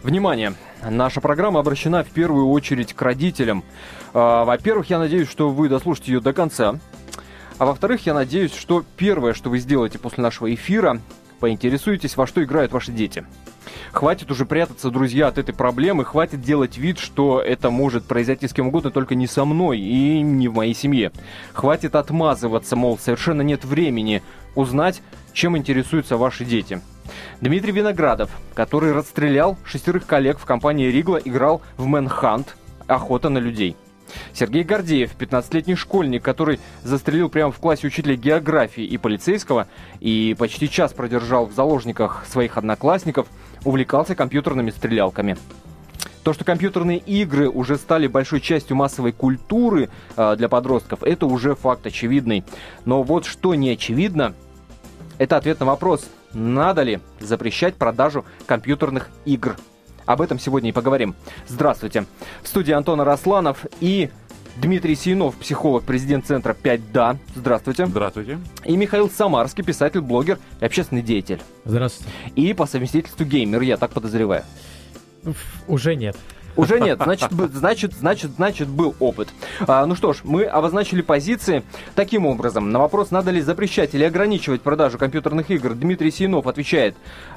Внимание! Наша программа обращена в первую очередь к родителям. Во-первых, я надеюсь, что вы дослушаете ее до конца. А во-вторых, я надеюсь, что первое, что вы сделаете после нашего эфира, поинтересуетесь, во что играют ваши дети. Хватит уже прятаться, друзья, от этой проблемы. Хватит делать вид, что это может произойти с кем угодно, только не со мной и не в моей семье. Хватит отмазываться, мол, совершенно нет времени узнать, чем интересуются ваши дети. Дмитрий Виноградов, который расстрелял 6 коллег в компании «Ригла», играл в «Мэнхант. Охота на людей». Сергей Гордеев, 15-летний школьник, который застрелил прямо в классе учителя географии и полицейского и почти час продержал в заложниках своих одноклассников, увлекался компьютерными стрелялками. То, что компьютерные игры уже стали большой частью массовой культуры для подростков, это уже факт очевидный. Но вот что не очевидно, это ответ на вопрос, надо ли запрещать продажу компьютерных игр. Об этом сегодня и поговорим. Здравствуйте. В студии Антон Арасланов и Дмитрий Сиенов, психолог, президент центра «5Да». Здравствуйте. Здравствуйте. И Михаил Самарский, писатель, блогер и общественный деятель. Здравствуйте. И по совместительству геймер, я так подозреваю. Уже нет. Уже нет, значит был опыт. Ну что ж, мы обозначили позиции таким образом. На вопрос, надо ли запрещать или ограничивать продажу компьютерных игр, Дмитрий Сиенов отвечает...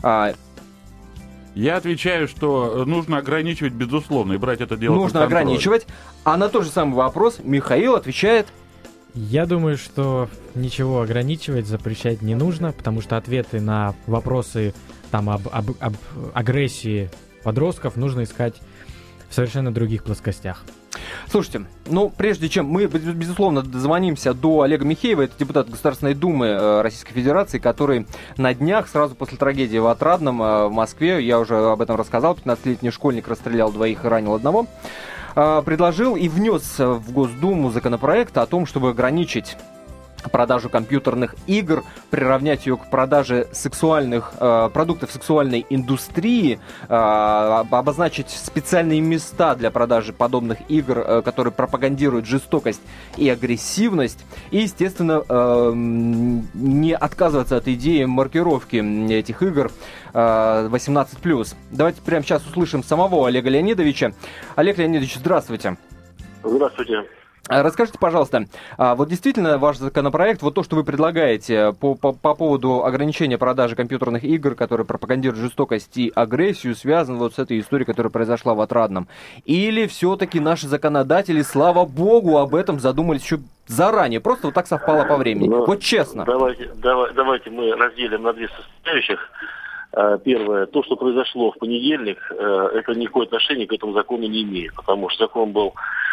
Я отвечаю, что нужно ограничивать, безусловно, и брать это дело под контроль. Нужно ограничивать. А на тот же самый вопрос Михаил отвечает... Я думаю, что ничего ограничивать, запрещать не нужно, потому что ответы на вопросы там, об агрессии подростков нужно искать в совершенно других плоскостях. Слушайте, прежде чем мы, безусловно, дозвонимся до Олега Михеева, это депутат Государственной Думы Российской Федерации, который на днях, сразу после трагедии в Отрадном, в Москве, я уже об этом рассказал, 15-летний школьник расстрелял 2 и ранил 1, предложил и внес в Госдуму законопроект о том, чтобы ограничить продажу компьютерных игр, приравнять ее к продаже сексуальных продуктов сексуальной индустрии, обозначить специальные места для продажи подобных игр, которые пропагандируют жестокость и агрессивность, и, естественно, не отказываться от идеи маркировки этих игр 18+. Давайте прямо сейчас услышим самого Олега Леонидовича. Олег Леонидович, здравствуйте. Здравствуйте. Расскажите, пожалуйста, вот действительно ваш законопроект, вот то, что вы предлагаете по поводу ограничения продажи компьютерных игр, которые пропагандируют жестокость и агрессию, связан вот с этой историей, которая произошла в Отрадном? Или все-таки наши законодатели, слава богу, об этом задумались еще заранее, просто вот так совпало по времени? Вот честно. Давайте мы разделим на 2 составляющих. Первое, то, что произошло в понедельник, это никакое отношение к этому закону не имеет, потому что закон был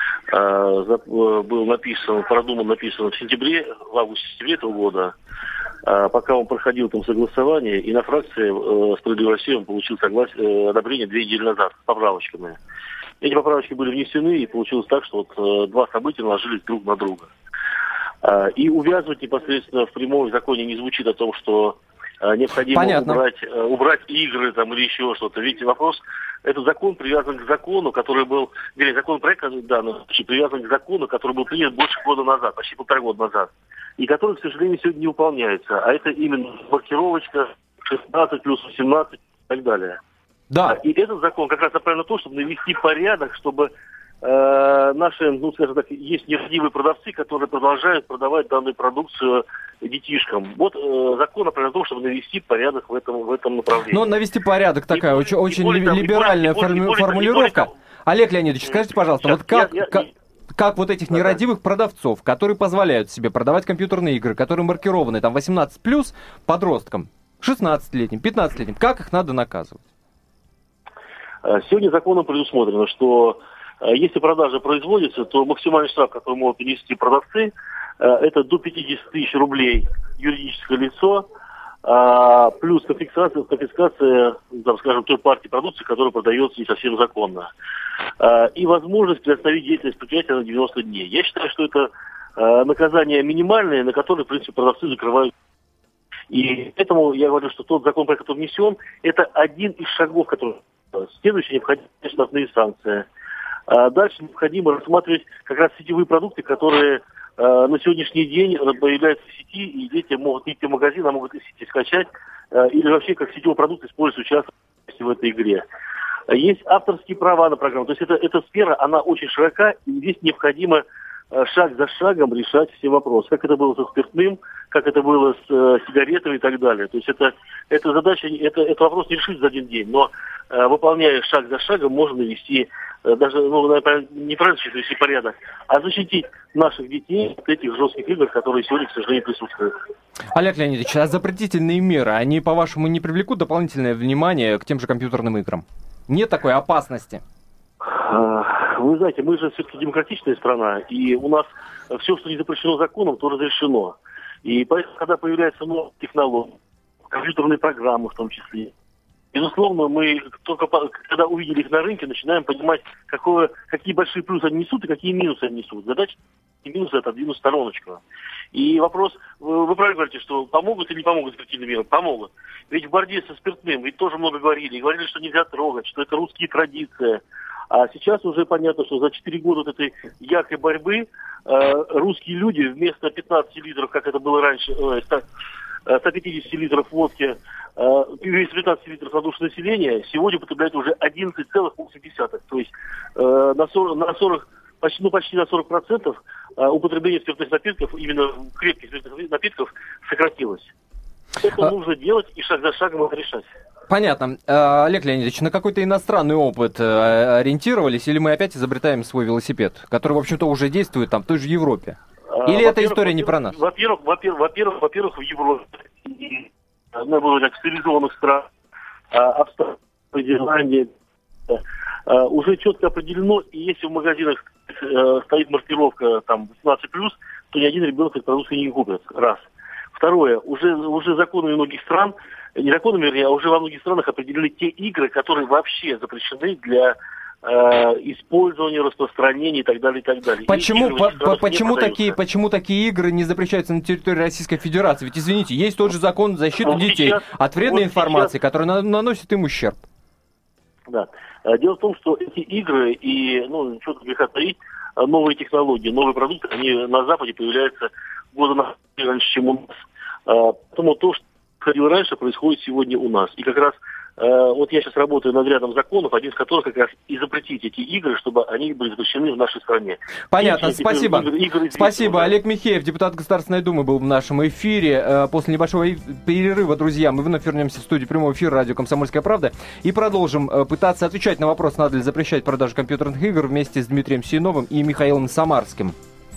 продуман, написан в августе-сентябре этого года, пока он проходил там согласование, и на фракции «Справедливая Россия» он получил одобрение 2 недели назад с поправочками. Эти поправочки были внесены, и получилось так, что вот 2 события наложились друг на друга. И увязывать непосредственно в прямом законе не звучит о том, что необходимо убрать игры там, или еще что-то. Видите, вопрос, этот закон привязан к закону, который был, законопроект, привязан к закону, который был принят больше года назад, почти 1,5 года назад, и который, к сожалению, сегодня не выполняется. А это именно маркировочка 16 плюс 18 и так далее. Да. И этот закон как раз направлен на то, чтобы навести порядок, чтобы наши, скажем так, есть нерадивые продавцы, которые продолжают продавать данную продукцию детишкам. Вот закон направлен на то, чтобы навести порядок в этом направлении. Но навести порядок такая очень либеральная формулировка. Олег Леонидович, скажите, пожалуйста, вот как вот этих нерадивых продавцов, которые позволяют себе продавать компьютерные игры, которые маркированы там 18+, подросткам, 16-летним, 15-летним, как их надо наказывать? Сегодня законом предусмотрено, что если продажа производится, то максимальный штраф, который могут принести продавцы, это до 50 тысяч рублей юридическое лицо, плюс конфискация, скажем, той партии продукции, которая продается не совсем законно. И возможность приостановить деятельность предприятия на 90 дней. Я считаю, что это наказание минимальное, на которое, в принципе, продавцы закрывают. И поэтому я говорю, что тот закон, который внесен, это один из шагов, который следующий необходимо штрафные санкции. Дальше необходимо рассматривать как раз сетевые продукты, которые на сегодняшний день появляются в сети, и дети могут идти в магазин, а могут из сети скачать, или вообще как сетевой продукт использовать участвовать в этой игре. Есть авторские права на программу. То есть эта сфера, она очень широка, и здесь необходимо шаг за шагом решать все вопросы. Как это было со спиртным, как это было с сигаретами и так далее. То есть эта задача, этот вопрос не решить за один день, но выполняя шаг за шагом, можно навести, даже, неправильно вести порядок, а защитить наших детей от этих жестких игр, которые сегодня, к сожалению, присутствуют. Олег Леонидович, а запретительные меры, они, по-вашему, не привлекут дополнительное внимание к тем же компьютерным играм? Нет такой опасности? Вы знаете, мы же все-таки демократичная страна, и у нас все, что не запрещено законом, то разрешено. И поэтому, когда появляются новые технологии, компьютерные программы в том числе, безусловно, мы только когда увидели их на рынке, начинаем понимать, какие большие плюсы они несут и какие минусы они несут. Задача и минусы отодвинуть в стороночку. И вопрос, вы правильно говорите, что помогут или не помогут запретительные меры? Помогут. Ведь в борьбе со спиртным ведь тоже много говорили. Говорили, что нельзя трогать, что это русские традиции. А сейчас уже понятно, что за 4 года вот этой яркой борьбы русские люди вместо 15 литров, как это было раньше, 150 литров водки, вместо 15 литров на душу населения, сегодня употребляют уже 11,8. То есть почти на 40% употребление спиртных напитков, именно крепких спиртных напитков, сократилось. Это нужно делать и шаг за шагом это решать. Понятно. Олег Леонидович, на какой-то иностранный опыт ориентировались, или мы опять изобретаем свой велосипед, который, в общем-то, уже действует там в той же Европе? Или эта история не про нас? Во-первых, в Европе, в цивилизованных странах, Австралии, Зеландии, уже четко определено, и если в магазинах стоит маркировка там 18+, то ни один ребенок эту продукцию не купит. Раз. Второе, уже законами многих стран, не законами, вернее, а уже во многих странах определены те игры, которые вообще запрещены для использования, распространения и так далее, и так далее. Почему такие игры не запрещаются на территории Российской Федерации? Ведь, извините, есть тот же закон защиты детей от вредной информации, которая наносит им ущерб. Да. Дело в том, что эти игры и, что-то греха таить, новые технологии, новые продукты, они на Западе появляются года раньше, чем у нас. Поэтому то, что происходило раньше, происходит сегодня у нас. И как раз вот я сейчас работаю над рядом законов, один из которых как раз и запретить эти игры, чтобы они были запрещены в нашей стране. Понятно, спасибо. Спасибо. Олег Михеев, депутат Государственной Думы, был в нашем эфире. После небольшого перерыва, друзья, мы вновь вернемся в студию прямого эфира радио «Комсомольская правда» и продолжим пытаться отвечать на вопрос, надо ли запрещать продажу компьютерных игр, вместе с Дмитрием Синовым и Михаилом Самарским.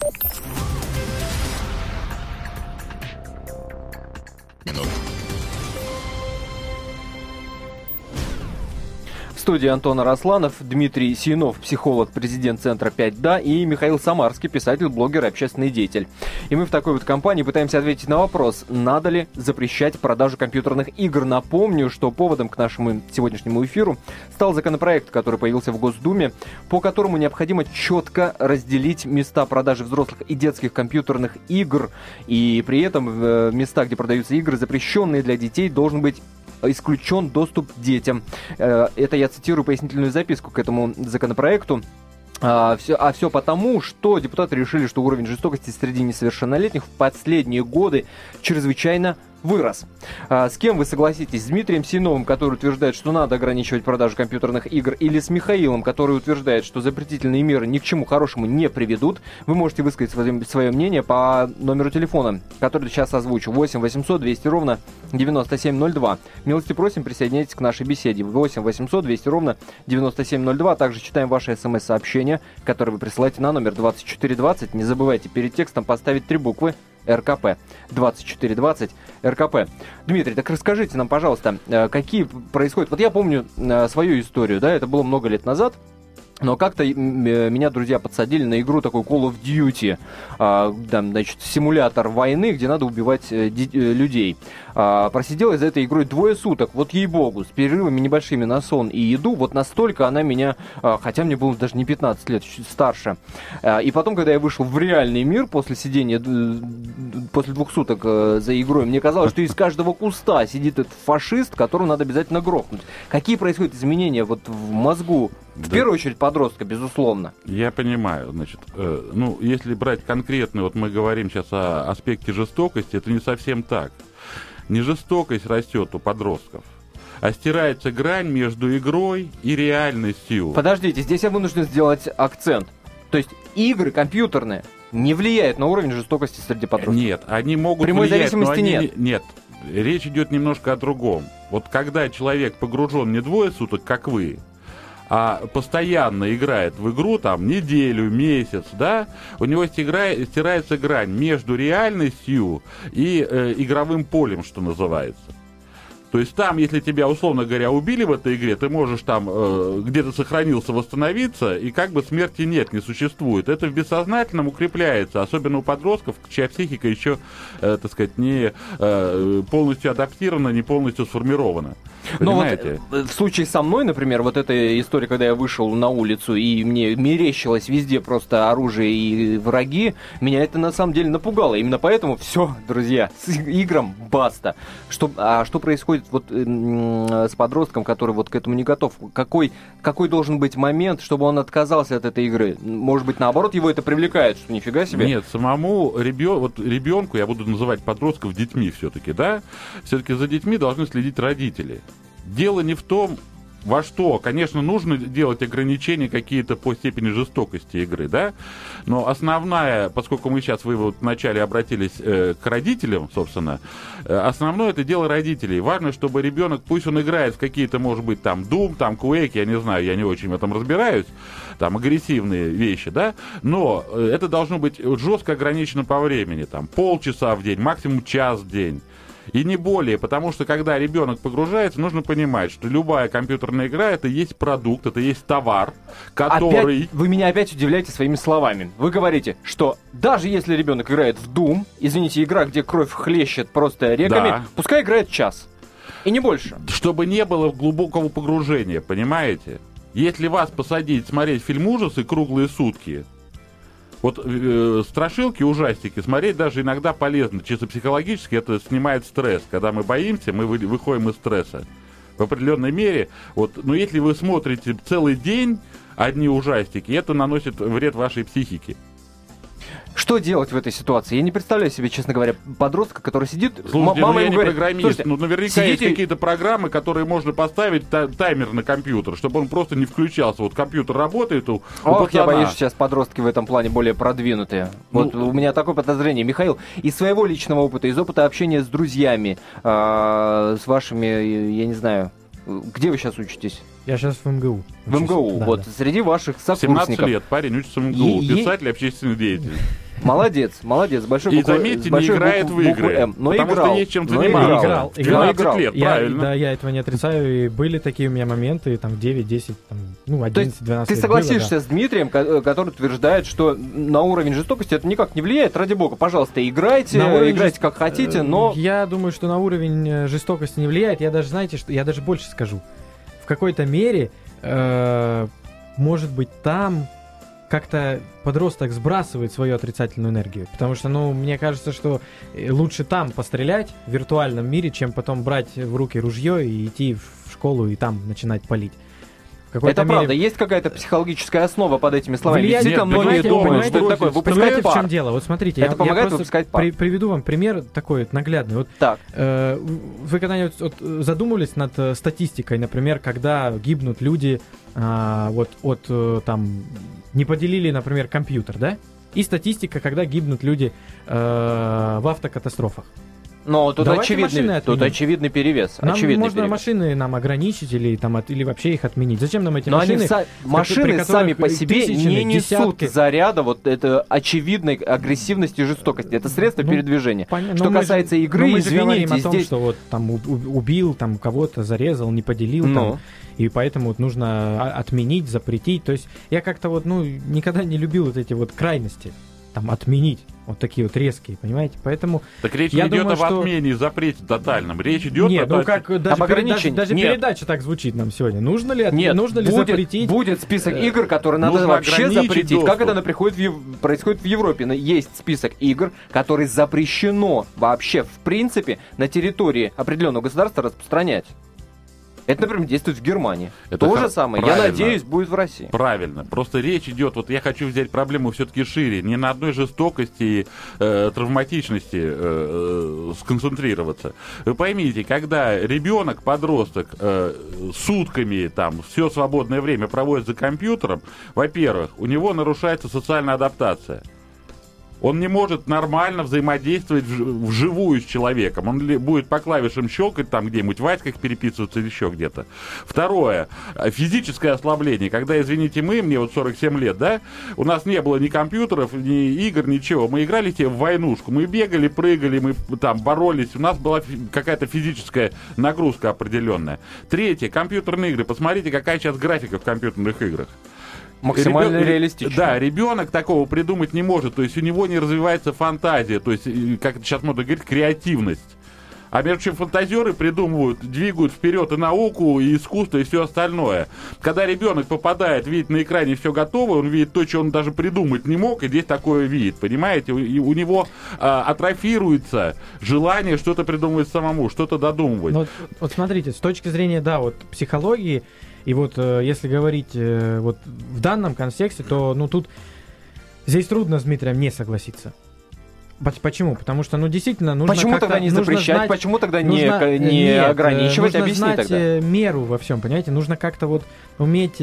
В студии Антон Арасланов, Дмитрий Синов, психолог, президент центра 5Да, и Михаил Самарский, писатель, блогер и общественный деятель. И мы в такой вот компании пытаемся ответить на вопрос, надо ли запрещать продажу компьютерных игр. Напомню, что поводом к нашему сегодняшнему эфиру стал законопроект, который появился в Госдуме, по которому необходимо четко разделить места продажи взрослых и детских компьютерных игр. И при этом в места, где продаются игры, запрещенные для детей, должен быть исключен доступ детям. Это я цитирую пояснительную записку к этому законопроекту. Все потому, что депутаты решили, что уровень жестокости среди несовершеннолетних в последние годы чрезвычайно вырос. С кем вы согласитесь? С Дмитрием Синовым, который утверждает, что надо ограничивать продажу компьютерных игр, или с Михаилом, который утверждает, что запретительные меры ни к чему хорошему не приведут? Вы можете высказать свое мнение по номеру телефона, который сейчас озвучу. 8 800 200 ровно 9702. Милости просим, присоединяйтесь к нашей беседе. 8 800 200 ровно 9702. Также читаем ваши смс-сообщения, которые вы присылаете на номер 2420. Не забывайте перед текстом поставить 3 буквы РКП. 2420 РКП. Дмитрий, так расскажите нам, пожалуйста, какие происходят... Вот я помню свою историю, да, это было много лет назад. Но как-то меня друзья подсадили на игру такой Call of Duty, там, значит, симулятор войны, где надо убивать людей. Просидел я за этой игрой 2 суток, вот ей-богу, с перерывами небольшими на сон и еду, вот настолько она меня, хотя мне было даже не 15 лет, чуть старше. И потом, когда я вышел в реальный мир после сидения, после 2 суток за игрой, мне казалось, что из каждого куста сидит этот фашист, которого надо обязательно грохнуть. Какие происходят изменения вот в мозгу? В первую очередь подростка, безусловно. Я понимаю, значит, если брать конкретно, вот мы говорим сейчас о аспекте жестокости, это не совсем так. Не жестокость растет у подростков, а стирается грань между игрой и реальностью. Подождите, здесь я вынужден сделать акцент. То есть игры компьютерные не влияют на уровень жестокости среди подростков? Нет, они могут Прямой влиять, зависимости но они нет. Нет, речь идет немножко о другом. Вот когда человек погружен не двое суток, как вы, а постоянно играет в игру, там, неделю, месяц, да, у него стирается грань между реальностью и игровым полем, что называется. То есть там, если тебя, условно говоря, убили в этой игре, ты можешь там где-то сохранился, восстановиться, и как бы смерти нет, не существует. Это в бессознательном укрепляется, особенно у подростков, чья психика еще, так сказать, не полностью адаптирована, не полностью сформирована. Понимаете? Но вот в случае со мной, например, вот эта история, когда я вышел на улицу, и мне мерещилось везде просто оружие и враги, меня это на самом деле напугало. Именно поэтому все, друзья, с играм баста. А что происходит вот с подростком, который вот к этому не готов? Какой должен быть момент, чтобы он отказался от этой игры? Может быть, наоборот, его это привлекает, что нифига себе? Нет, самому ребенку, я буду называть подростков детьми все-таки, да? Все-таки за детьми должны следить родители. Дело не в том, во что. Конечно, нужно делать ограничения какие-то по степени жестокости игры, да? Но основная, поскольку мы сейчас, вы вот вначале обратились к родителям, собственно, основное это дело родителей. Важно, чтобы ребенок, пусть он играет в какие-то, может быть, там, Doom, там, Quake, я не знаю, я не очень в этом разбираюсь, там, агрессивные вещи, да? Но это должно быть жестко ограничено по времени, там, полчаса в день, максимум час в день. И не более, потому что когда ребенок погружается, нужно понимать, что любая компьютерная игра это есть продукт, это есть товар, который... Опять, вы меня опять удивляете своими словами. Вы говорите, что даже если ребенок играет в Doom, извините, игра, где кровь хлещет просто реками, Да. пускай играет час. И не больше. Чтобы не было глубокого погружения, понимаете? Если вас посадить смотреть фильм ужасы круглые сутки, вот страшилки, ужастики смотреть даже иногда полезно. Чисто психологически это снимает стресс. Когда мы боимся, мы выходим из стресса. В определенной мере. Вот, но если вы смотрите целый день одни ужастики, это наносит вред вашей психике. Что делать в этой ситуации? Я не представляю себе, честно говоря, подростка, который сидит... Слушайте, мама я ему не говорит, программист, слушайте, но наверняка сидите... есть какие-то программы, которые можно поставить таймер на компьютер, чтобы он просто не включался. Вот компьютер работает у Ох, я пацана. боюсь, сейчас подростки в этом плане более продвинутые. Вот у меня такое подозрение. Михаил, из своего личного опыта, из опыта общения с друзьями, с вашими, я не знаю, где вы сейчас учитесь? Я сейчас в МГУ. В МГУ, Да, вот, да. среди ваших сокурсников. 17 лет, парень учится в МГУ, И- писатель, общественный деятель. Молодец, большой И буквой- заметьте, с большой не играет буквы- в буквы игры, М. Но потому играл, что есть чем но заниматься. Играл. 12 лет, правильно. Да, я этого не отрицаю, и были такие у меня моменты, там, 9, 10, там, ну, То есть 11-12 ты лет согласишься было, с Дмитрием, который утверждает, что на уровень жестокости это никак не влияет? Ради бога, пожалуйста, играйте, На уровень играйте как хотите, но... Я думаю, что на уровень жестокости не влияет. Я даже, знаете, что я даже больше скажу. В какой-то мере, может быть, там как-то подросток сбрасывает свою отрицательную энергию. Потому что, ну, мне кажется, что лучше там пострелять в виртуальном мире, чем потом брать в руки ружье и идти в школу и там начинать палить. В какой-то Это мере... правда, есть какая-то психологическая основа под этими словами. Ведь Влияние- действительно, Нет, многие понимаете, думают, что это бросить, такое выпускать Понимаете, в пар. чем дело? Вот смотрите, Это я помогает просто выпускать пар. приведу вам пример такой наглядный. Вот Так, вы когда-нибудь задумывались над статистикой, например, когда гибнут люди там не поделили, например, компьютер, да? И статистика, когда гибнут люди в автокатастрофах. но тут Давайте машины очевидный, отменим. очевидный перевес. Нам очевидный можно перевес. машины нам ограничить или вообще их отменить. Зачем нам эти Но машины? они машины при которых сами по себе тысячами, не несут десятки. заряда вот это очевидной агрессивности и жестокости. Это средство Ну, передвижения. Понятно. Что Но мы касается же- игры, но мы же говорим извините, о том, здесь... что вот там убил, там кого-то зарезал, не поделил, Ну. там, и поэтому вот нужно отменить, запретить. То есть я как-то вот, никогда не любил вот эти вот крайности. Там отменить, вот такие вот резкие, понимаете? Поэтому Так речь Я не идет думаю, об что- отмене и запрете тотальном. Речь идет нет, о... как даже, ограничении. даже Нет. передача так звучит нам сегодня. Нужно ли Нет, запретить? будет список игр, которые надо нужно вообще ограничить запретить. доступ. Как это происходит в Европе? Есть список игр, которые запрещено вообще, в принципе, на территории определенного государства распространять. Это, например, действует в Германии. Это То же самое, правильно. я надеюсь, будет в России. Правильно. Просто речь идет, вот я хочу взять проблему все-таки шире, не на одной жестокости и травматичности сконцентрироваться. Вы поймите, когда ребенок, подросток сутками там все свободное время проводит за компьютером, во-первых, у него нарушается социальная адаптация. Он не может нормально взаимодействовать вживую с человеком. Он будет по клавишам щелкать, там где-нибудь в вайсках переписываться или еще где-то. Второе. Физическое ослабление. Когда, извините, мне вот 47 лет, да, у нас не было ни компьютеров, ни игр, ничего. Мы играли себе в войнушку. Мы бегали, прыгали, мы там боролись. У нас была какая-то физическая нагрузка определенная. Третье. Компьютерные игры. Посмотрите, какая сейчас графика в компьютерных играх. Максимально реалистично. Да, ребенок такого придумать не может, то есть у него не развивается фантазия, то есть, как сейчас можно говорить, креативность. А между чем фантазеры придумывают, двигают вперед и науку, и искусство, и все остальное. Когда ребенок попадает, видит на экране все готово, он видит то, что он даже придумать не мог, и здесь такое видит, понимаете? И у него атрофируется желание что-то придумывать самому, что-то додумывать. Вот смотрите, с точки зрения, да, вот психологии, и вот если говорить вот в данном контексте, то, тут здесь трудно с Дмитрием не согласиться. Почему? Потому что, действительно, нужно почему как-то... тогда не запрещать, знать, почему тогда не ограничивать? Нужно Объясни знать тогда. меру во всем, понимаете? Нужно как-то вот уметь,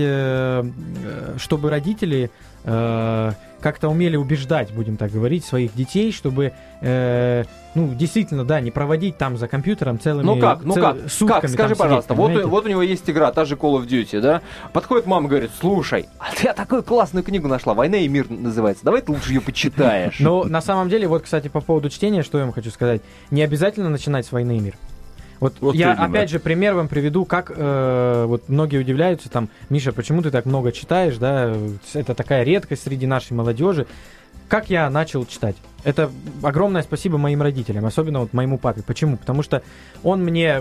чтобы родители как-то умели убеждать, будем так говорить, своих детей, чтобы, действительно, да, не проводить там за компьютером целыми сутками. Скажи, пожалуйста, сидеть, вот у него есть игра, та же Call of Duty, да? Подходит мама, говорит, слушай, а я такую классную книгу нашла, «Война и мир» называется, давай ты лучше ее почитаешь. Но на самом деле, вот, кстати, по поводу чтения, что я вам хочу сказать, не обязательно начинать с «Войны и мир». Вот я, именно. Опять же, пример вам приведу, как вот многие удивляются, там, Миша, почему ты так много читаешь, да, это такая редкость среди нашей молодежи. Как я начал читать? Это огромное спасибо моим родителям, особенно вот моему папе. Почему? Потому что он мне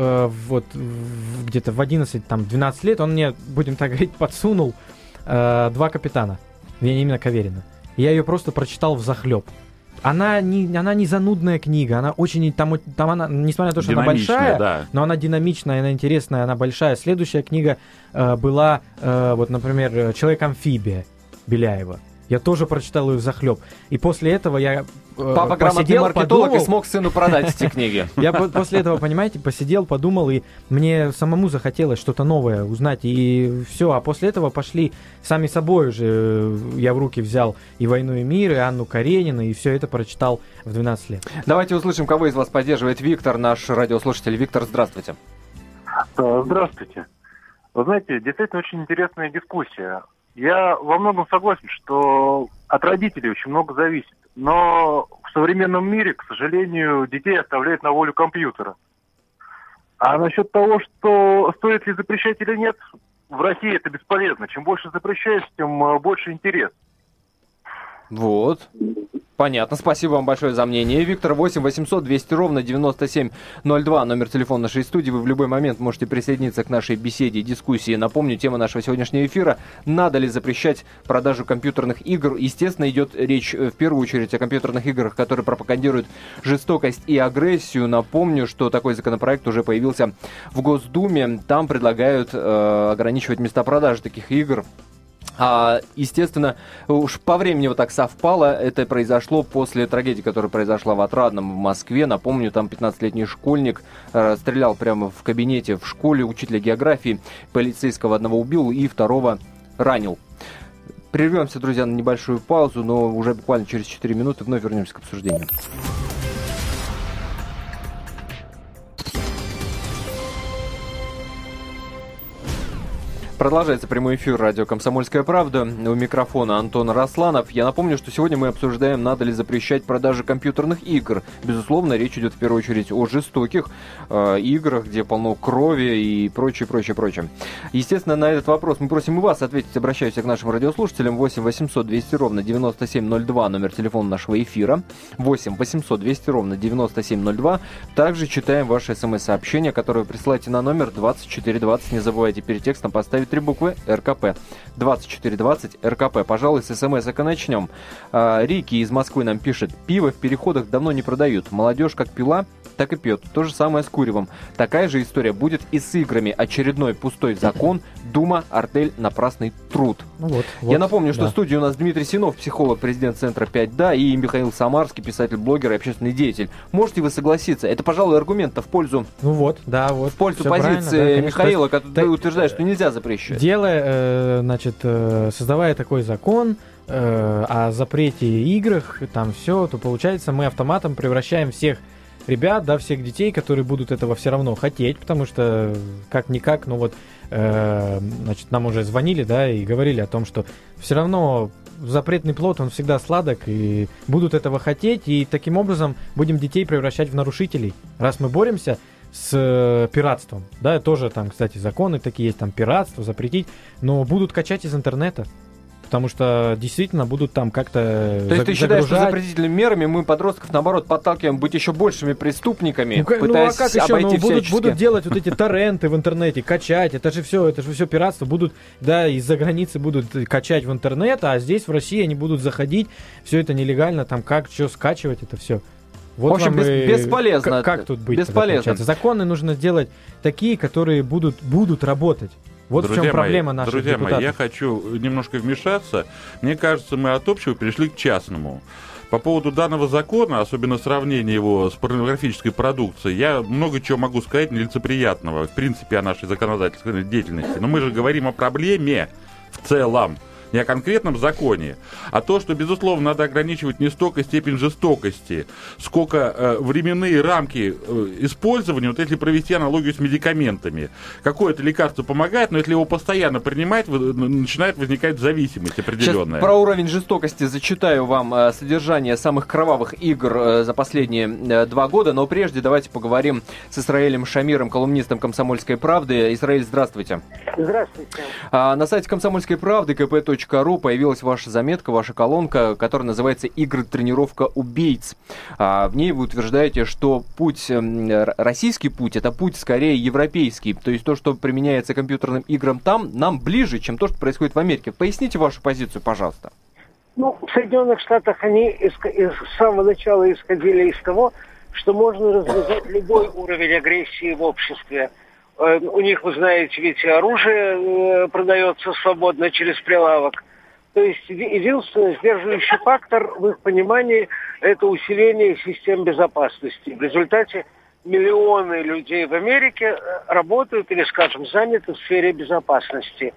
где-то в 11-12 лет, он мне, будем так говорить, подсунул «Два капитана» Вениамина Каверина. Я ее просто прочитал взахлеб. Она не занудная книга, она очень... Там она, несмотря на то, что она большая, да. Но она динамичная, она интересная, она большая. Следующая книга была, например, «Человек-амфибия» Беляева. Я тоже прочитал ее взахлеб. И после этого я Папа грамотный маркетолог и смог сыну продать эти книги. Я после этого, понимаете, посидел, подумал, и мне самому захотелось что-то новое узнать. И все, а после этого пошли сами собой уже. Я в руки взял и «Войну и мир», и Анну Каренину, и все это прочитал в 12 лет. Давайте услышим, кого из вас поддерживает Виктор, наш радиослушатель. Виктор, здравствуйте. Здравствуйте. Вы знаете, действительно очень интересная дискуссия. Я во многом согласен, что от родителей очень много зависит. Но в современном мире, к сожалению, детей оставляют на волю компьютера. А насчет того, что стоит ли запрещать или нет, в России это бесполезно. Чем больше запрещаешь, тем больше интерес. Вот. Понятно. Спасибо вам большое за мнение. Виктор, 8 800 200 ровно 9702, номер телефона нашей студии. Вы в любой момент можете присоединиться к нашей беседе и дискуссии. Напомню, тема нашего сегодняшнего эфира: надо ли запрещать продажу компьютерных игр? Естественно, идет речь в первую очередь о компьютерных играх, которые пропагандируют жестокость и агрессию. Напомню, что такой законопроект уже появился в Госдуме. Там предлагают ограничивать места продажи таких игр. Естественно, уж по времени вот так совпало. Это произошло после трагедии, которая произошла в Отрадном, в Москве. Напомню, там 15-летний школьник стрелял прямо в кабинете в школе учителя географии. Полицейского одного убил и второго ранил. Прервемся, друзья, на небольшую паузу, но уже буквально через 4 минуты вновь вернемся к обсуждению. Продолжается прямой эфир радио «Комсомольская правда». У микрофона Антон Росланов. Я напомню, что сегодня мы обсуждаем, надо ли запрещать продажу компьютерных игр. Безусловно, речь идет в первую очередь о жестоких играх, где полно крови и прочее. Естественно, на этот вопрос мы просим и вас ответить. Обращаюсь к нашим радиослушателям. 8 800 200 ровно 9702, номер телефона нашего эфира. 8 800 200 ровно 9702. Также читаем ваши смс-сообщения, которые вы присылаете на номер 2420. Не забывайте перед текстом поставить 3 буквы РКП. 2420 РКП. Пожалуй, с смс-ок начнем. Рики из Москвы нам пишет: пиво в переходах давно не продают. Молодежь как пила, так и пьет. То же самое с куревом. Такая же история будет и с играми. Очередной пустой закон. Дума, артель, напрасный труд. Я напомню, что в студии у нас Дмитрий Синов, психолог, президент центра 5Да, и Михаил Самарский, писатель, блогер и общественный деятель. Можете вы согласиться? Это, пожалуй, аргумент в пользу. В пользу позиции Михаила, который утверждает, что нельзя запрещать. Создавая такой закон о запрете играх, там все, то получается мы автоматом превращаем всех ребят, всех детей, которые будут этого все равно хотеть, потому что как-никак, нам уже звонили, и говорили о том, что все равно запретный плод, он всегда сладок, и будут этого хотеть, и таким образом будем детей превращать в нарушителей. Раз мы боремся с пиратством, тоже там, кстати, законы такие есть, там пиратство запретить, но будут качать из интернета. Потому что действительно будут там как-то То есть ты считаешь, что запретительными мерами мы подростков, наоборот, подталкиваем быть еще большими преступниками, пытаясь обойти всячески? Будут делать вот эти торренты в интернете, качать, это же все пиратство. Будут, из-за границы будут качать в интернет, а здесь в России они будут заходить, все это нелегально, там что скачивать, это все. В общем, бесполезно. Как тут быть? Бесполезно. Законы нужно сделать такие, которые будут работать. В чем проблема наших депутатов. Друзья мои, я хочу немножко вмешаться. Мне кажется, мы от общего перешли к частному. По поводу данного закона, особенно сравнения его с порнографической продукцией, я много чего могу сказать нелицеприятного, в принципе, о нашей законодательной деятельности. Но мы же говорим о проблеме в целом, не о конкретном законе, а то, что, безусловно, надо ограничивать не столько степень жестокости, сколько временные рамки использования, если провести аналогию с медикаментами. Какое-то лекарство помогает, но если его постоянно принимать, начинает возникать зависимость определенная. Сейчас про уровень жестокости зачитаю вам содержание самых кровавых игр за последние 2 года, но прежде давайте поговорим с Исраэлем Шамиром, колумнистом «Комсомольской правды». Исраэль, здравствуйте. Здравствуйте. На сайте «Комсомольской правды» kp.ru появилась ваша заметка, ваша колонка, которая называется «Игры. Тренировка убийц». В ней вы утверждаете, что российский путь, это путь скорее европейский. То есть то, что применяется к компьютерным играм там, нам ближе, чем то, что происходит в Америке. Поясните вашу позицию, пожалуйста. В Соединенных Штатах они с самого начала исходили из того, что можно развязать любой уровень агрессии в обществе. У них, вы знаете, ведь оружие продается свободно через прилавок. То есть единственный сдерживающий фактор в их понимании – это усиление систем безопасности. В результате миллионы людей в Америке работают или, скажем, заняты в сфере безопасности.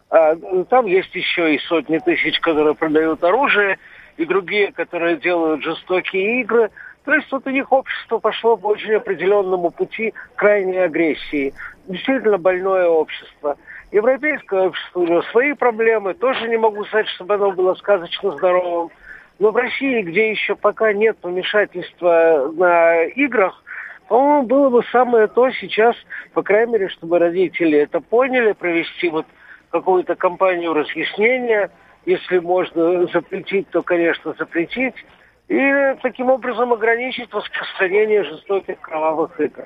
Там есть еще и сотни тысяч, которые продают оружие, и другие, которые делают жестокие игры. То есть у них общество пошло по очень определенному пути крайней агрессии. Действительно больное общество. Европейское общество, у него свои проблемы. Тоже не могу сказать, чтобы оно было сказочно здоровым. Но в России, где еще пока нет помешательства на играх, по-моему, было бы самое то сейчас, по крайней мере, чтобы родители это поняли, провести какую-то кампанию разъяснения. Если можно запретить, то, конечно, запретить. И таким образом ограничить распространение жестоких кровавых игр.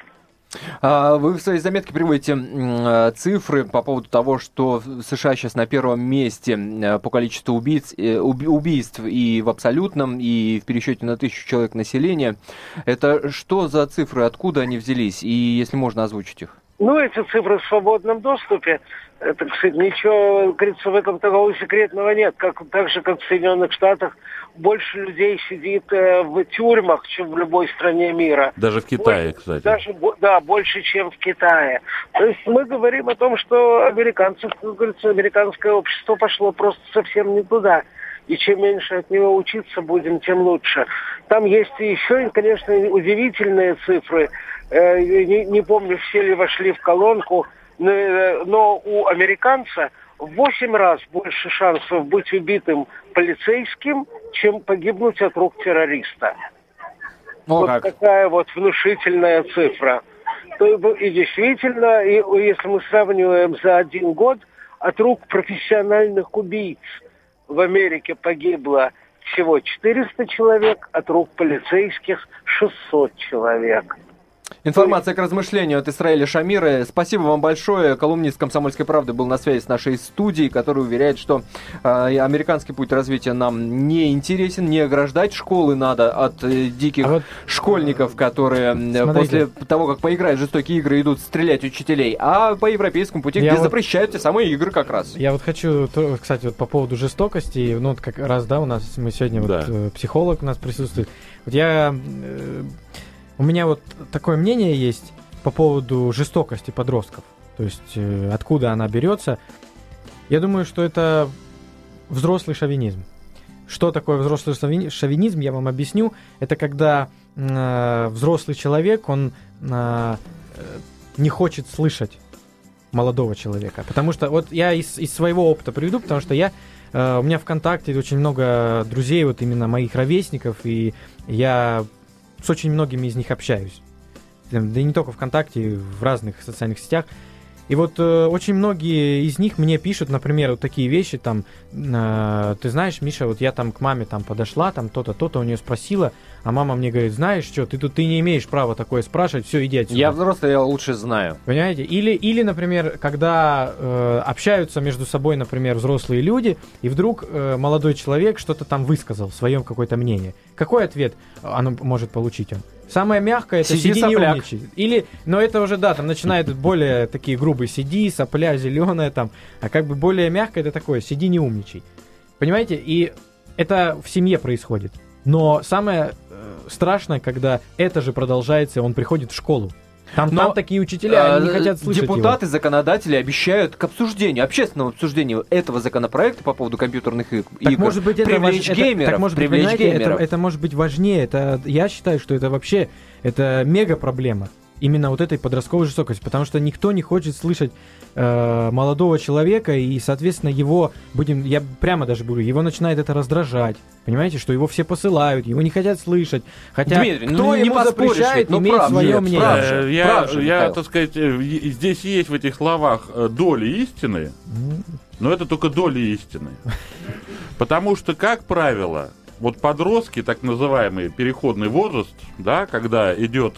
Вы в своей заметке приводите цифры по поводу того, что США сейчас на первом месте по количеству убийств и в абсолютном, и в пересчете на 1000 человек населения. Это что за цифры, откуда они взялись, и если можно озвучить их? Эти цифры в свободном доступе. Это, кстати, ничего, говорится, в этом такого секретного нет. Так же, как в Соединенных Штатах, больше людей сидит в тюрьмах, чем в любой стране мира. Даже в Китае, кстати. Больше, чем в Китае. То есть мы говорим о том, что американцы, как говорится, американское общество пошло просто совсем не туда. И чем меньше от него учиться будем, тем лучше. Там есть и еще, конечно, удивительные цифры. Не помню, все ли вошли в колонку, но у американца в 8 раз больше шансов быть убитым полицейским, чем погибнуть от рук террориста. Такая внушительная цифра. И действительно, если мы сравниваем за 1 год, от рук профессиональных убийц в Америке погибло всего 400 человек, от рук полицейских 600 человек. Информация к размышлению от Исраиля Шамира. Спасибо вам большое. Колумнист «Комсомольской правды» был на связи с нашей студией, который уверяет, что американский путь развития нам не интересен, не ограждать школы надо от диких школьников, которые после того, как поиграют в жестокие игры, идут стрелять учителей, а по европейскому пути, где запрещают те самые игры как раз. Я вот хочу, кстати, вот по поводу жестокости, ну вот как раз, да, мы сегодня вот психолог у нас присутствует. Вот у меня вот такое мнение есть по поводу жестокости подростков. То есть откуда она берется. Я думаю, что это взрослый шовинизм. Что такое взрослый шовинизм, я вам объясню. Это когда взрослый человек, он не хочет слышать молодого человека. Потому что вот я из своего опыта приведу, потому что у меня ВКонтакте очень много друзей, вот именно моих ровесников, и я с очень многими из них общаюсь. Да и не только ВКонтакте, в разных социальных сетях. И вот очень многие из них мне пишут, например, вот такие вещи, там, ты знаешь, Миша, вот я там к маме там подошла, там то-то у нее спросила, а мама мне говорит, знаешь что, ты не имеешь права такое спрашивать, все, иди отсюда. Я взрослый, я лучше знаю. Понимаете? Или например, когда общаются между собой, например, взрослые люди, и вдруг молодой человек что-то там высказал, свое какое-то мнение. Какой ответ оно может получить он? Самое мягкое — это сиди не умничай. Но это уже, да, там начинают более такие грубые, сиди, сопля зеленая там, а как бы более мягкое — это такое, сиди не умничай. Понимаете? И это в семье происходит. Но самое страшное, когда это же продолжается, он приходит в школу. Там такие учителя, они не хотят слышать депутаты, законодатели обещают к обсуждению, общественному обсуждению этого законопроекта по поводу компьютерных игр. Так может быть, привлечь геймеров. Так, может быть, это может быть важнее. Я считаю, что это вообще мега проблема. Именно вот этой подростковой жестокости, потому что никто не хочет слышать молодого человека, и, соответственно, я прямо даже говорю, его начинает это раздражать. Понимаете, что его все посылают, его не хотят слышать. Хотя Дмитрий, кто ему запрещает иметь свое мнение? Я, так сказать, здесь есть в этих словах доля истины, но это только доля истины. Потому что, как правило, вот подростки, так называемый переходный возраст, да, когда идет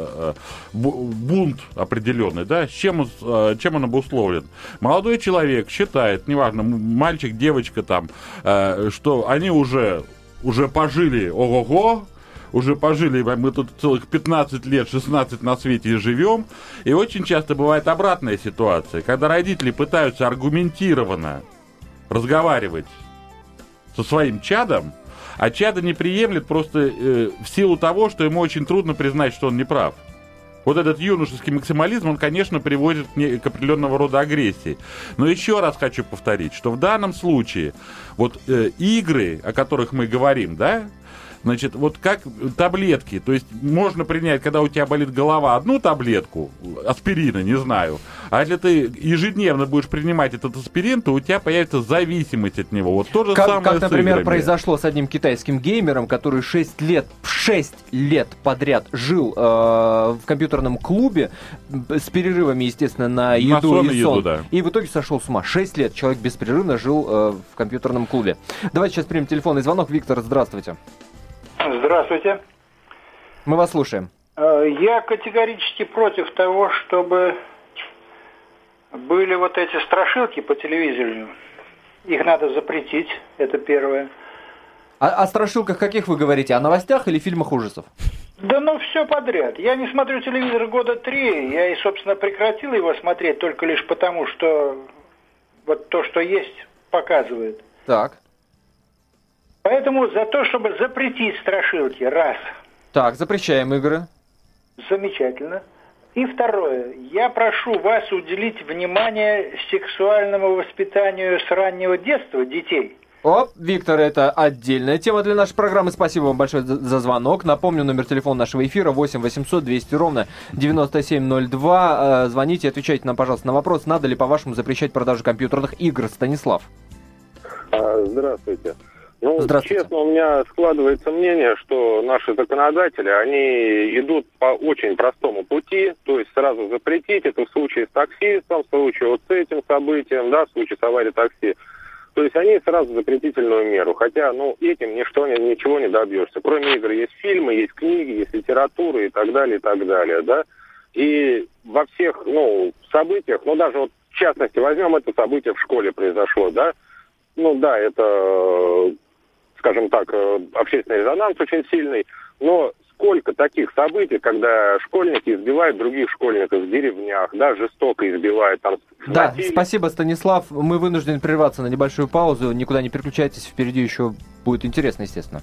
бунт определенный, да, чем он обусловлен? Молодой человек считает, неважно, мальчик, девочка там, что они уже пожили, ого-го, уже пожили, мы тут целых 15 лет, 16 на свете живем, и очень часто бывает обратная ситуация, когда родители пытаются аргументированно разговаривать со своим чадом, а чадо не приемлет просто в силу того, что ему очень трудно признать, что он не прав. Вот этот юношеский максимализм, он, конечно, приводит к определенного рода агрессии. Но еще раз хочу повторить, что в данном случае вот игры, о которых мы говорим, да, значит, вот как таблетки, то есть можно принять, когда у тебя болит голова, одну таблетку, аспирина, не знаю, а если ты ежедневно будешь принимать этот аспирин, то у тебя появится зависимость от него. Вот то же самое как, с например, играми. произошло с одним китайским геймером, который 6 лет подряд жил в компьютерном клубе с перерывами, естественно, на еду и сон. Да. И в итоге сошел с ума. 6 лет человек беспрерывно жил в компьютерном клубе. Давайте сейчас примем телефонный звонок. Виктор, здравствуйте. Здравствуйте. Мы вас слушаем. Я категорически против того, чтобы были вот эти страшилки по телевизору. Их надо запретить, это первое. О страшилках каких вы говорите? О новостях или фильмах ужасов? Да ну все подряд. Я не смотрю телевизор года 3. Я и, собственно, прекратил его смотреть только лишь потому, что вот то, что есть, показывает. Так. Поэтому за то, чтобы запретить страшилки, раз. Так, запрещаем игры. Замечательно. И второе. Я прошу вас уделить внимание сексуальному воспитанию с раннего детства детей. Виктор, это отдельная тема для нашей программы. Спасибо вам большое за звонок. Напомню, номер телефона нашего эфира 8 800 200 ровно 9702. Звоните, отвечайте нам, пожалуйста, на вопрос, надо ли, по-вашему, запрещать продажу компьютерных игр. Станислав. Здравствуйте. Честно, у меня складывается мнение, что наши законодатели, они идут по очень простому пути, то есть сразу запретить это в случае с таксистом, в случае вот с этим событием, да, в случае с аварией такси. То есть они сразу запретительную меру. Хотя, этим ничего не добьешься. Кроме игр есть фильмы, есть книги, есть литература и так далее, да. И во всех, событиях, даже вот в частности, возьмем это событие в школе произошло, да. Это, скажем так, общественный резонанс очень сильный, но сколько таких событий, когда школьники избивают других школьников в деревнях, да, жестоко избивают там. Да, спасибо, Станислав. Мы вынуждены прерваться на небольшую паузу. Никуда не переключайтесь, впереди еще будет интересно, естественно.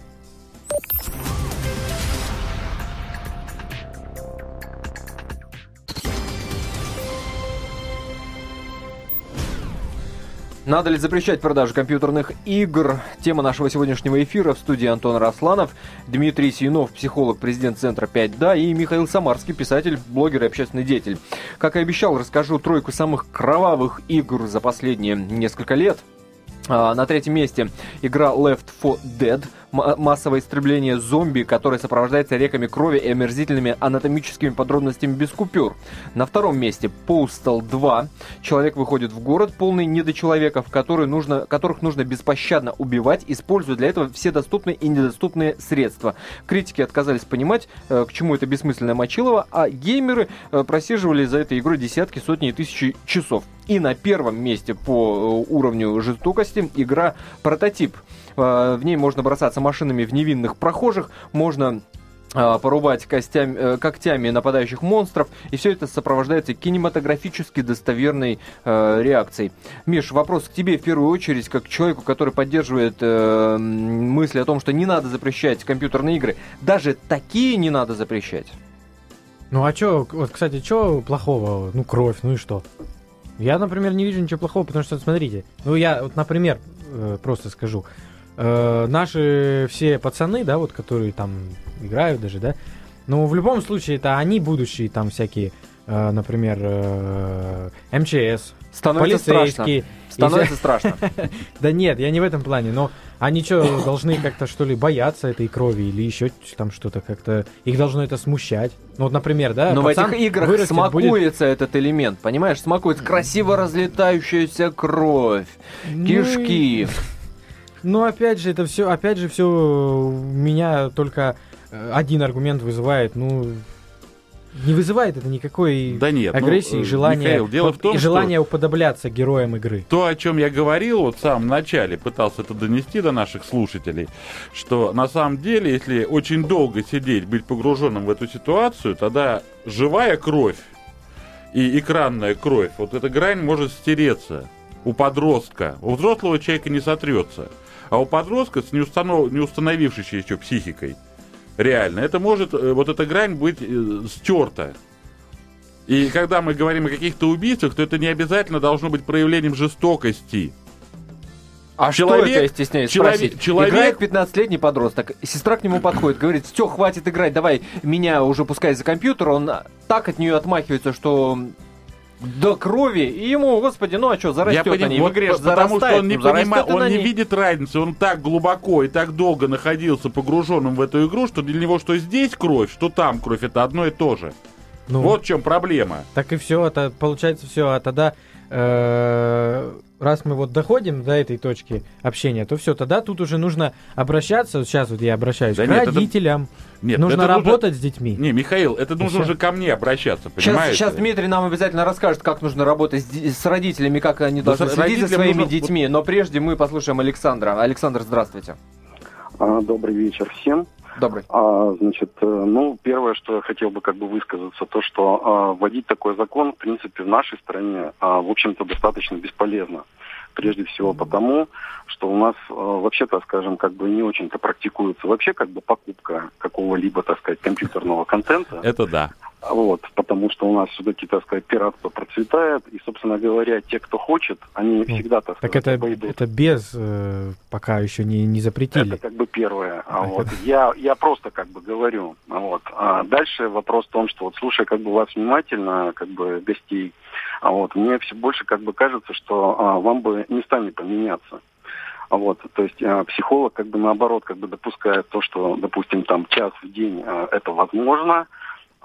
Надо ли запрещать продажу компьютерных игр? Тема нашего сегодняшнего эфира. В студии Антон Росланов, Дмитрий Сиюнов, психолог, президент центра 5Да, и Михаил Самарский, писатель, блогер и общественный деятель. Как и обещал, расскажу тройку самых кровавых игр за последние несколько лет. На третьем месте игра Left 4 Dead. Массовое истребление зомби, которое сопровождается реками крови и омерзительными анатомическими подробностями без купюр. На втором месте Postal 2. Человек выходит в город, полный недочеловеков, которых нужно беспощадно убивать, используя для этого все доступные и недоступные средства. Критики отказались понимать, к чему это бессмысленное мочилово, а геймеры просиживали за этой игрой десятки, сотни и тысячи часов. И на первом месте по уровню жестокости игра Прототип. В ней можно бросаться машинами в невинных прохожих, можно порубать когтями нападающих монстров, и все это сопровождается кинематографически достоверной реакцией. Миш, вопрос к тебе в первую очередь, как к человеку, который поддерживает мысли о том, что не надо запрещать компьютерные игры. Даже такие не надо запрещать. Кстати, что плохого? Кровь, и что? Я, например, не вижу ничего плохого, потому что, смотрите, например, просто скажу, наши все пацаны, да, которые там играют даже, да, в любом случае это они будущие там всякие, например, МЧС, полицейские. Становится страшно. Да нет, я не в этом плане, но они должны как-то, что ли, бояться этой крови или еще там что-то как-то, их должно это смущать. Например, да, но в этих играх смакуется этот элемент, понимаешь, смакуется красиво разлетающаяся кровь, кишки. Опять же, все меня только один аргумент вызывает, не вызывает это никакой агрессии, желания, Михаил, дело в том, желания уподобляться героям игры. То, о чем я говорил в самом начале, пытался это донести до наших слушателей, что на самом деле, если очень долго сидеть, быть погруженным в эту ситуацию, тогда живая кровь и экранная кровь, эта грань может стереться у подростка. У взрослого человека не сотрется. А у подростка с не установившейся еще психикой, реально, это может, эта грань быть стерта. И когда мы говорим о каких-то убийствах, то это не обязательно должно быть проявлением жестокости. А что это, я стесняюсь спросить? Играет 15-летний подросток, сестра к нему подходит, говорит: все, хватит играть, давай меня уже пускай за компьютер. Он так от нее отмахивается, что до крови, и ему, господи, зарастет они в игре, потому что он не понимает, он не видит разницы, он так глубоко и так долго находился погруженным в эту игру, что для него что здесь кровь, что там кровь, это одно и то же. Вот в чем проблема. Так и все, это получается все, а тогда раз мы доходим до этой точки общения, то все, тогда тут уже нужно обращаться, сейчас я обращаюсь к родителям, нужно работать с детьми. Не, Михаил, это нужно уже ко мне обращаться, понимаете? Сейчас Дмитрий нам обязательно расскажет, как нужно работать с родителями, как они должны следить за своими детьми, но прежде мы послушаем Александра. Александр, здравствуйте. Добрый вечер всем. Добрый. Первое, что я хотел бы высказаться, то, что вводить такой закон, в принципе, в нашей стране, в общем-то, достаточно бесполезно. Прежде всего потому, что у нас вообще-то, скажем, не очень-то практикуется вообще покупка какого-либо, компьютерного контента. Это да. Потому что у нас все-таки, пиратство процветает, и, собственно говоря, те, кто хочет, они всегда, Так это без, пока еще не запретили. Это первое. Я просто говорю. Дальше вопрос в том, что слушая вас внимательно, гостей, мне все больше кажется, что вам бы местами поменяться. То есть психолог наоборот допускает то, что, допустим, час в день это возможно,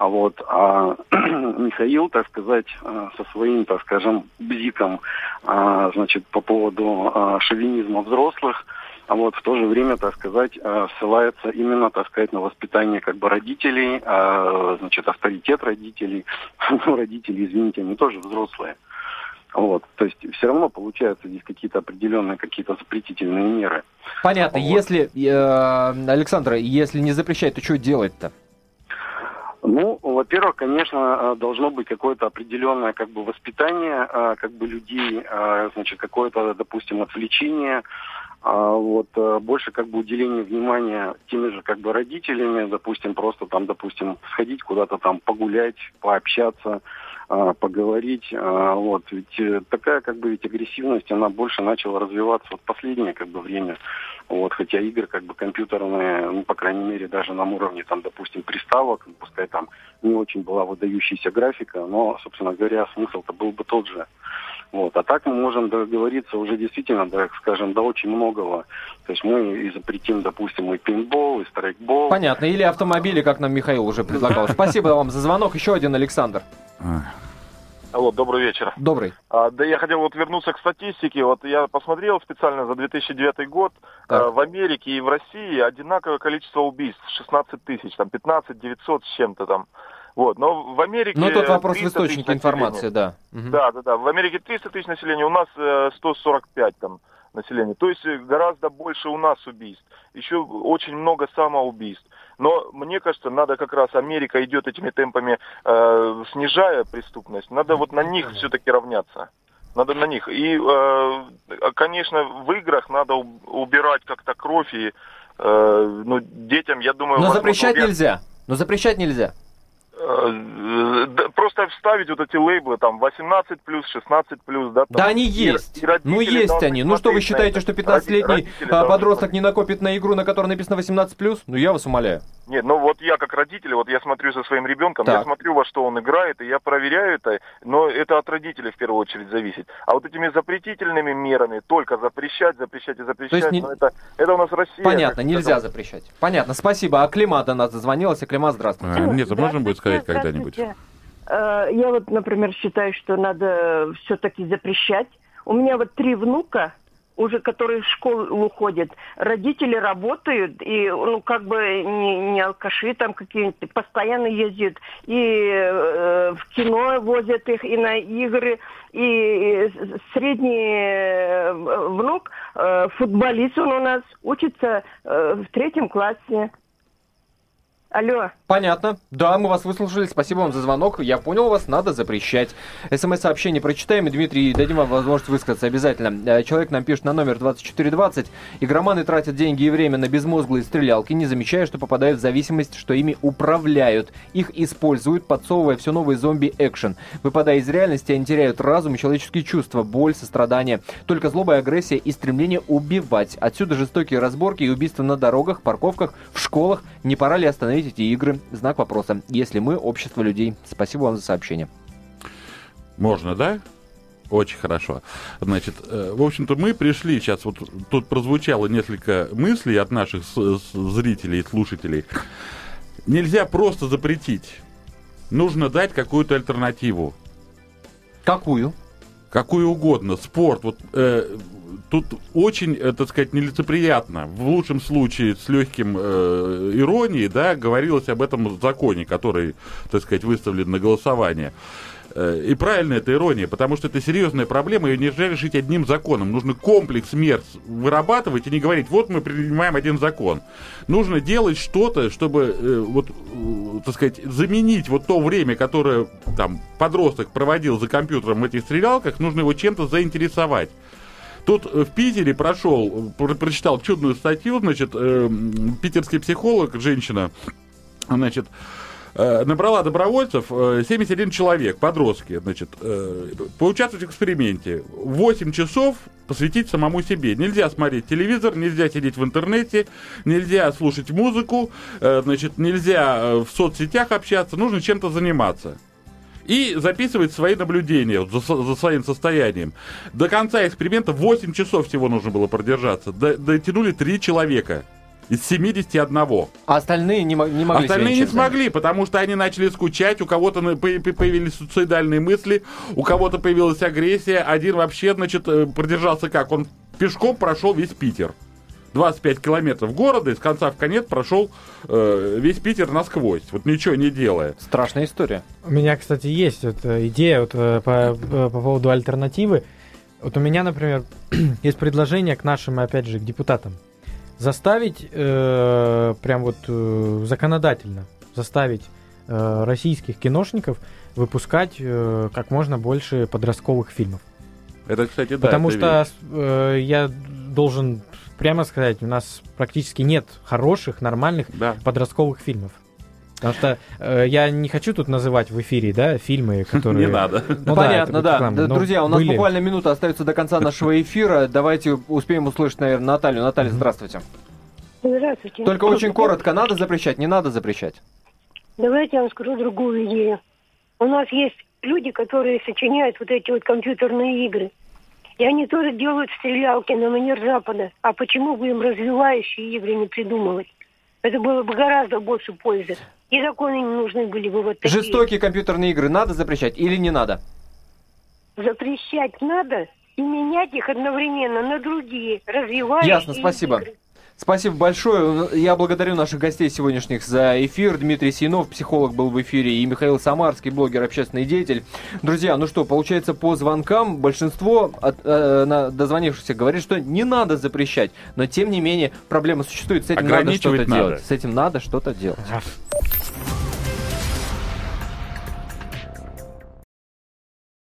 А Михаил, так сказать, со своим, так скажем, бзиком, значит, по поводу шовинизма взрослых, в то же время, так сказать, ссылается именно, так сказать, на воспитание как бы родителей, значит, авторитет родителей. Родители, извините, они тоже взрослые. То есть все равно получаются здесь какие-то определенные, какие-то запретительные меры. Понятно. Если, Александр, если не запрещать, то что делать-то? Во-первых, конечно, должно быть какое-то определенное как бы воспитание как бы людей, значит, какое-то, допустим, отвлечение, больше как бы уделение внимания теми же как бы родителями, допустим, просто там, допустим, сходить куда-то там погулять, пообщаться, поговорить. Ведь такая как бы агрессивность, она больше начала развиваться в последнее как бы время. Хотя игры как бы компьютерные, по крайней мере, даже на уровне там, допустим, приставок, пускай там не очень была выдающаяся графика, но, собственно говоря, смысл-то был бы тот же. А так мы можем договориться уже действительно, так скажем, до очень многого. То есть мы и запретим, допустим, и пейнтбол, и страйкбол. Понятно. Или автомобили, как нам Михаил уже предлагал. Спасибо вам за звонок. Еще один Александр. Алло, добрый вечер. Добрый. Да я хотел вернуться к статистике. Я посмотрел специально за 2009 год. В Америке и в России одинаковое количество убийств. 16 тысяч, 15 900 с чем-то там. Но в Америке... тот вопрос в источнике информации, да. Да. В Америке 300 тысяч населения, у нас 145 там населения. То есть гораздо больше у нас убийств. Еще очень много самоубийств. Но мне кажется, надо как раз, Америка идет этими темпами, снижая преступность, надо на них все-таки равняться. Надо на них. И, конечно, в играх надо убирать как-то кровь. И детям, я думаю... Но запрещать нельзя. Просто вставить эти лейблы, 18+, 16+, да? Да они есть. Есть они. Что вы считаете, что 15-летний подросток не накопит на игру, на которой написано 18+? Я вас умоляю. Нет, я как родитель, я смотрю за своим ребенком, я смотрю, во что он играет, и я проверяю это, но это от родителей в первую очередь зависит. А этими запретительными мерами, только запрещать, то есть это у нас Россия. Понятно, нельзя запрещать. Понятно, спасибо. Аклима до нас дозвонилась. Аклима, здравствуйте. Нет, можно будет сказать когда-нибудь? Я, например, считаю, что надо все-таки запрещать. У меня 3 внука, уже которые в школу ходят, родители работают, и, не алкаши там какие-нибудь, постоянно ездят, и в кино возят их, и на игры, и средний внук, футболист он у нас, учится в 3 классе. Алло. Понятно. Да, мы вас выслушали. Спасибо вам за звонок. Я понял вас, надо запрещать. СМС-сообщение прочитаем. И, Дмитрий, дадим вам возможность высказаться обязательно. Человек нам пишет на номер 2420. Игроманы тратят деньги и время на безмозглые стрелялки, не замечая, что попадают в зависимость, что ими управляют. Их используют, подсовывая все новые зомби-экшен. Выпадая из реальности, они теряют разум и человеческие чувства, боль, сострадание. Только злоба, агрессия и стремление убивать. Отсюда жестокие разборки и убийства на дорогах, парковках, в школах. Не пора ли остановить эти игры? Знак вопроса. Если мы общество людей. Спасибо вам за сообщение. Можно, да? Очень хорошо. Значит, в общем-то, мы пришли сейчас, тут прозвучало несколько мыслей от наших зрителей и слушателей. Нельзя просто запретить. Нужно дать какую-то альтернативу. Какую? Какую угодно. Спорт. Тут очень, так сказать, нелицеприятно. В лучшем случае с легким иронией, да, говорилось об этом законе, который, так сказать, выставлен на голосование. И правильно это ирония, потому что это серьезная проблема, ее нельзя решить одним законом. Нужно комплекс мер вырабатывать и не говорить, мы принимаем один закон. Нужно делать что-то, чтобы, так сказать, заменить то время, которое подросток проводил за компьютером в этих стрелялках, нужно его чем-то заинтересовать. Тут в Питере прочитал чудную статью, питерский психолог, женщина, набрала добровольцев 71 человек, подростки, поучаствовать в эксперименте. 8 часов посвятить самому себе. Нельзя смотреть телевизор, нельзя сидеть в интернете, нельзя слушать музыку, нельзя в соцсетях общаться, нужно чем-то заниматься. И записывать свои наблюдения за своим состоянием. До конца эксперимента 8 часов всего нужно было продержаться. Дотянули 3 человека. Из 71. А остальные не могли себя Остальные не ничем занять. смогли, потому что они начали скучать, у кого-то появились суицидальные мысли, у кого-то появилась агрессия. Один вообще, значит, продержался как? Он пешком прошел весь Питер. 25 километров города, и с конца в конец прошел весь Питер насквозь, вот ничего не делая. Страшная история. У меня, кстати, есть вот идея вот, по поводу альтернативы. Вот у меня, например, есть предложение к нашим, опять же, к депутатам. Заставить, прям вот законодательно, заставить российских киношников выпускать как можно больше подростковых фильмов. Это, кстати, да. Потому это что я должен прямо сказать, у нас практически нет хороших, нормальных подростковых фильмов. Потому что я не хочу тут называть в эфире, да, фильмы, которые... Не надо. Ну, понятно, да. Друзья, у нас были... буквально минута остается до конца нашего эфира. Давайте успеем услышать, наверное, Наталью. Наталья, здравствуйте. Здравствуйте. Только очень коротко. Надо запрещать, не надо запрещать? Давайте я вам скажу другую идею. У нас есть люди, которые сочиняют вот эти вот компьютерные игры. И они тоже делают стрелялки на манер Запада. А почему бы им развивающие игры не придумывать? Это было бы гораздо больше пользы. И законы не нужны были бы вот такие. Жестокие компьютерные игры надо запрещать или не надо? Запрещать надо и менять их одновременно на другие, развивающие Ясно, спасибо. игры. Спасибо большое. Я благодарю наших гостей сегодняшних за эфир. Дмитрий Синов, психолог, был в эфире, и Михаил Самарский, блогер, общественный деятель. Друзья, ну что, получается, по звонкам большинство дозвонившихся говорит, что не надо запрещать. Но, тем не менее, проблема существует. С этим надо что-то делать. С этим надо что-то делать.